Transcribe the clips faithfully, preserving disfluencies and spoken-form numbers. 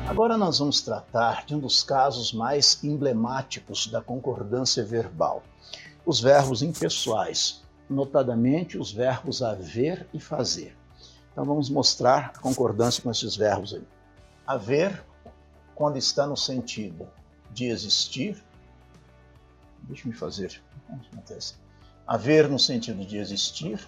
Agora nós vamos tratar de um dos casos mais emblemáticos da concordância verbal, os verbos impessoais, notadamente os verbos haver e fazer. Então vamos mostrar a concordância com esses verbos aí. Haver, quando está no sentido de existir, deixa eu me fazer, haver no sentido de existir,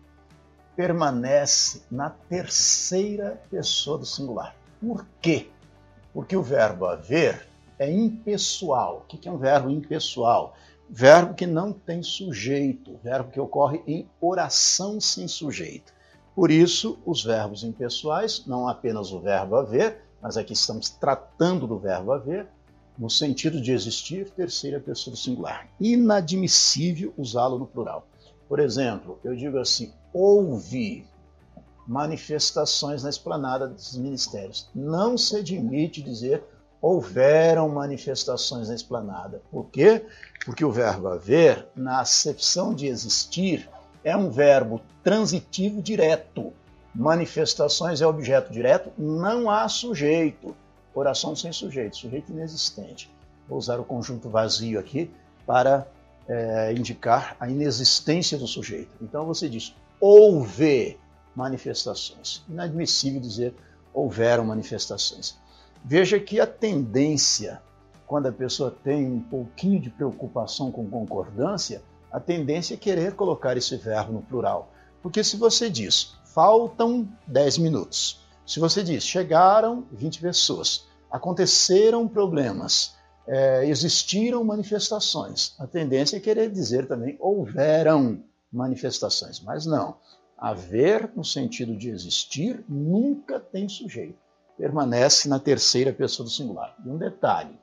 permanece na terceira pessoa do singular. Por quê? Porque o verbo haver é impessoal. O que é um verbo impessoal? Verbo que não tem sujeito, verbo que ocorre em oração sem sujeito. Por isso, os verbos impessoais, não apenas o verbo haver, mas aqui estamos tratando do verbo haver, no sentido de existir, terceira pessoa do singular. Inadmissível usá-lo no plural. Por exemplo, eu digo assim, houve manifestações na esplanada dos ministérios. Não se admite dizer houveram manifestações na esplanada. Por quê? Porque o verbo haver, na acepção de existir, é um verbo transitivo direto. Manifestações é objeto direto, não há sujeito. Oração sem sujeito, sujeito inexistente. Vou usar o conjunto vazio aqui para é, indicar a inexistência do sujeito. Então você diz, houve manifestações. Inadmissível dizer houveram manifestações. Veja que a tendência, quando a pessoa tem um pouquinho de preocupação com concordância, a tendência é querer colocar esse verbo no plural. Porque se você diz, faltam dez minutos. Se você diz, chegaram vinte pessoas, aconteceram problemas, é, existiram manifestações, a tendência é querer dizer também, houveram manifestações. Mas não. Haver, no sentido de existir, nunca tem sujeito. Permanece na terceira pessoa do singular. E um detalhe,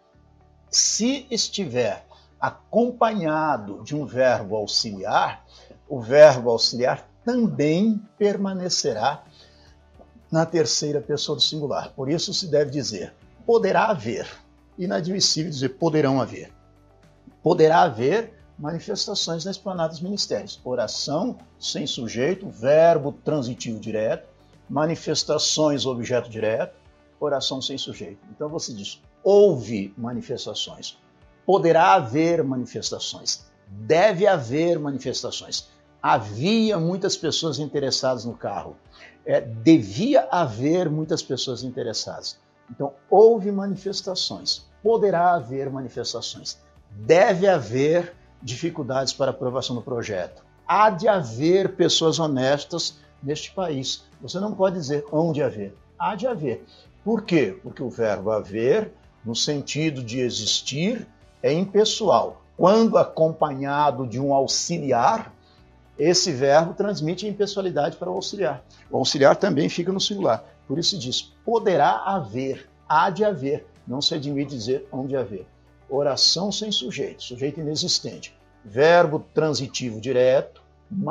se estiver acompanhado de um verbo auxiliar, o verbo auxiliar também permanecerá na terceira pessoa do singular. Por isso se deve dizer, poderá haver. Inadmissível dizer, poderão haver. Poderá haver manifestações na esplanada dos ministérios. Oração sem sujeito, verbo transitivo direto, manifestações, objeto direto, oração sem sujeito. Então você diz, houve manifestações, poderá haver manifestações, deve haver manifestações, havia muitas pessoas interessadas no carro, é, devia haver muitas pessoas interessadas. Então, houve manifestações, poderá haver manifestações, deve haver dificuldades para aprovação do projeto. Há de haver pessoas honestas neste país. Você não pode dizer onde haver. Há de haver. Por quê? Porque o verbo haver, no sentido de existir, é impessoal. Quando acompanhado de um auxiliar, esse verbo transmite a impessoalidade para o auxiliar. O auxiliar também fica no singular. Por isso se diz, poderá haver, há de haver. Não se admite dizer onde haver. Oração sem sujeito, sujeito inexistente. Verbo transitivo direto,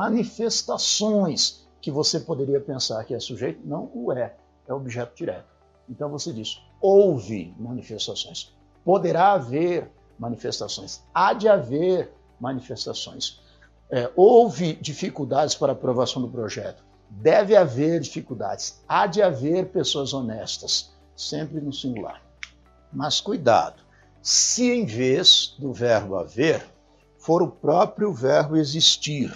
manifestações que você poderia pensar que é sujeito, não o é, é objeto direto. Então você diz, houve manifestações, poderá haver manifestações, há de haver manifestações. É, houve dificuldades para a aprovação do projeto, deve haver dificuldades, há de haver pessoas honestas, sempre no singular. Mas cuidado, se em vez do verbo haver, for o próprio verbo existir,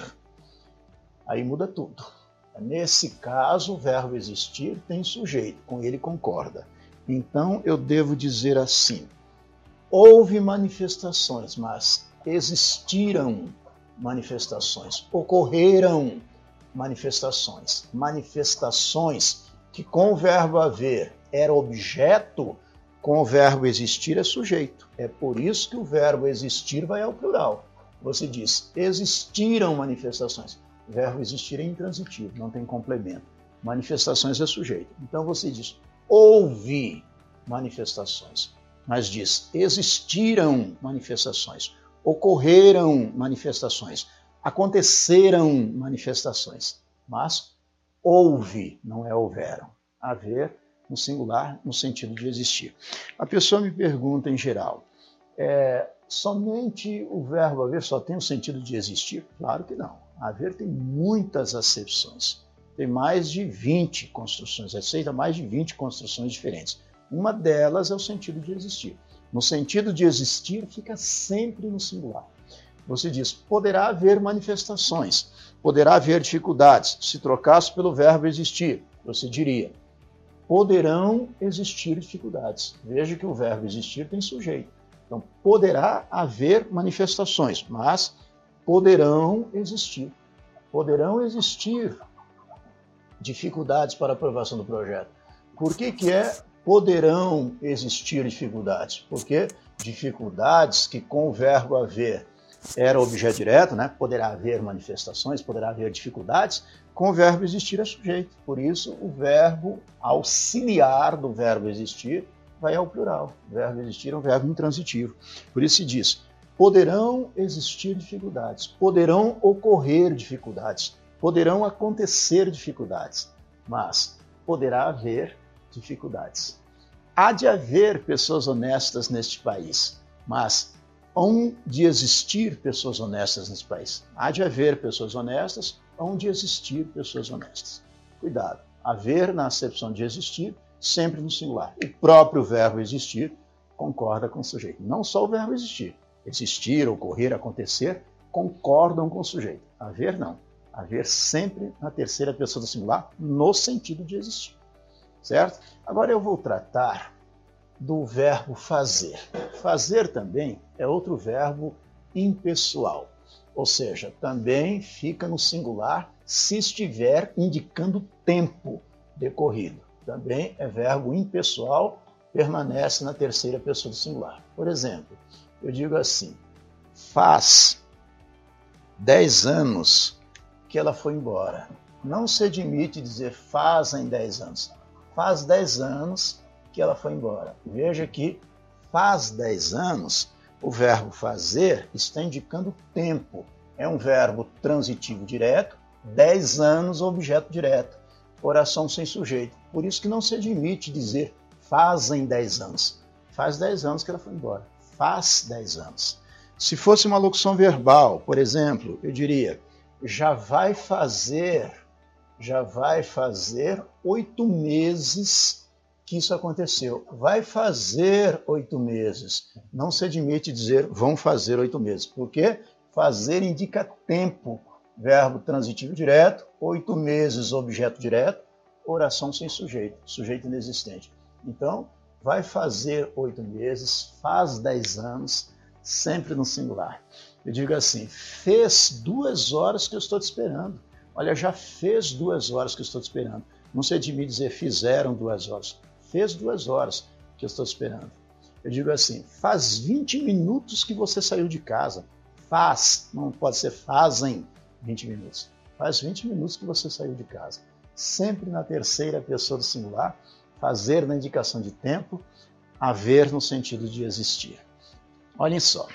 aí muda tudo. Nesse caso, o verbo existir tem sujeito, com ele concorda. Então, eu devo dizer assim, houve manifestações, mas existiram manifestações, ocorreram manifestações. Manifestações que com o verbo haver era objeto, com o verbo existir é sujeito. É por isso que o verbo existir vai ao plural. Você diz, existiram manifestações. O verbo existir é intransitivo, não tem complemento. Manifestações é sujeito. Então você diz, houve manifestações. Mas diz, existiram manifestações. Ocorreram manifestações. Aconteceram manifestações. Mas houve, não é houveram. Haver no singular, no sentido de existir. A pessoa me pergunta em geral, é, somente o verbo haver só tem o sentido de existir? Claro que não. Haver tem muitas acepções. Tem mais de vinte construções, aceita mais de vinte construções diferentes. Uma delas é o sentido de existir. No sentido de existir, fica sempre no singular. Você diz, poderá haver manifestações, poderá haver dificuldades. Se trocasse pelo verbo existir, você diria, poderão existir dificuldades. Veja que o verbo existir tem sujeito. Então, poderá haver manifestações, mas poderão existir. Poderão existir dificuldades para a aprovação do projeto. Por que que é poderão existir dificuldades? Porque dificuldades que com o verbo haver era objeto direto, né? Poderá haver manifestações, poderá haver dificuldades, com o verbo existir é sujeito. Por isso, o verbo auxiliar do verbo existir vai ao plural. O verbo existir é um verbo intransitivo. Por isso se diz, poderão existir dificuldades, poderão ocorrer dificuldades, poderão acontecer dificuldades, mas poderá haver dificuldades. Há de haver pessoas honestas neste país, mas hão de existir pessoas honestas nesse país. Há de haver pessoas honestas, hão de existir pessoas honestas. Cuidado, haver na acepção de existir, sempre no singular. O próprio verbo existir concorda com o sujeito. Não só o verbo existir. Existir, ocorrer, acontecer, concordam com o sujeito. Haver não. Haver sempre na terceira pessoa do singular, no sentido de existir. Certo? Agora eu vou tratar do verbo fazer. Fazer também é outro verbo impessoal, ou seja, também fica no singular se estiver indicando tempo decorrido. Também é verbo impessoal, permanece na terceira pessoa do singular. Por exemplo, eu digo assim, faz dez anos que ela foi embora. Não se admite dizer fazem dez anos. Faz dez anos que ela foi embora. Veja que faz dez anos, o verbo fazer está indicando tempo. É um verbo transitivo direto, dez anos, objeto direto. Oração sem sujeito. Por isso que não se admite dizer fazem dez anos. Faz dez anos que ela foi embora. Faz dez anos. Se fosse uma locução verbal, por exemplo, eu diria já vai fazer, já vai fazer oito meses que isso aconteceu. Vai fazer oito meses. Não se admite dizer vão fazer oito meses. Por quê? Fazer indica tempo. Verbo transitivo direto, oito meses, objeto direto, oração sem sujeito, sujeito inexistente. Então, vai fazer oito meses, faz dez anos, sempre no singular. Eu digo assim, fez duas horas que eu estou te esperando. Olha, já fez duas horas que eu estou te esperando. Não se admite dizer fizeram duas horas. Fez duas horas que eu estou esperando. Eu digo assim, faz vinte minutos que você saiu de casa. Faz, não pode ser fazem vinte minutos. Faz vinte minutos que você saiu de casa. Sempre na terceira pessoa do singular, fazer na indicação de tempo, haver no sentido de existir. Olhem só,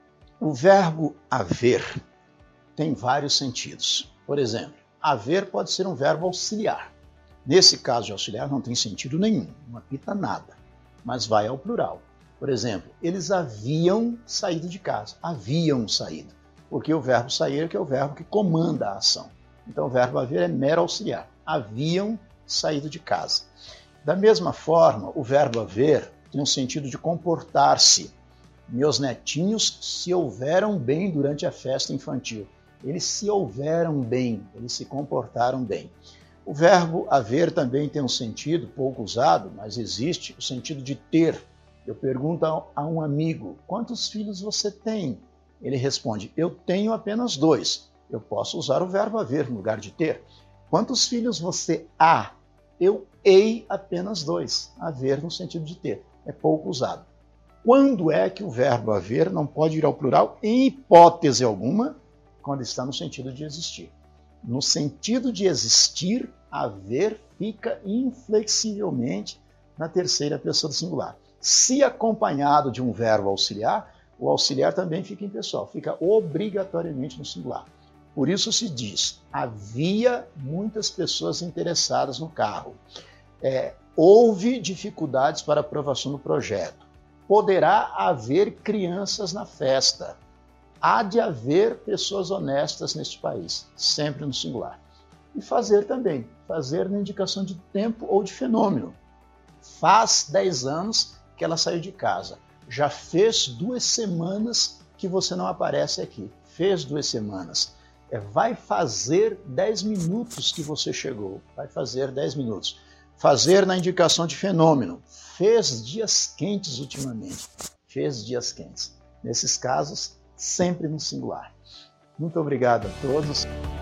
o verbo haver tem vários sentidos. Por exemplo, haver pode ser um verbo auxiliar. Nesse caso de auxiliar não tem sentido nenhum, não apita nada, mas vai ao plural. Por exemplo, eles haviam saído de casa, haviam saído, porque o verbo sair que é o verbo que comanda a ação. Então o verbo haver é mero auxiliar, haviam saído de casa. Da mesma forma, o verbo haver tem um sentido de comportar-se. Meus netinhos se houveram bem durante a festa infantil. Eles se houveram bem, eles se comportaram bem. O verbo haver também tem um sentido pouco usado, mas existe o sentido de ter. Eu pergunto a um amigo, quantos filhos você tem? Ele responde, eu tenho apenas dois. Eu posso usar o verbo haver no lugar de ter. Quantos filhos você há? Eu hei apenas dois. Haver no sentido de ter. É pouco usado. Quando é que o verbo haver não pode ir ao plural? Em hipótese alguma, quando está no sentido de existir. No sentido de existir, haver fica inflexivelmente na terceira pessoa do singular. Se acompanhado de um verbo auxiliar, o auxiliar também fica impessoal, fica obrigatoriamente no singular. Por isso se diz, havia muitas pessoas interessadas no carro. É, houve dificuldades para aprovação do projeto. Poderá haver crianças na festa. Há de haver pessoas honestas neste país, sempre no singular. E fazer também, fazer na indicação de tempo ou de fenômeno. Faz dez anos que ela saiu de casa. Já fez duas semanas que você não aparece aqui. Fez duas semanas. É, vai fazer dez minutos que você chegou. Vai fazer dez minutos. Fazer na indicação de fenômeno. Fez dias quentes ultimamente. Fez dias quentes. Nesses casos, sempre no singular. Muito obrigado a todos.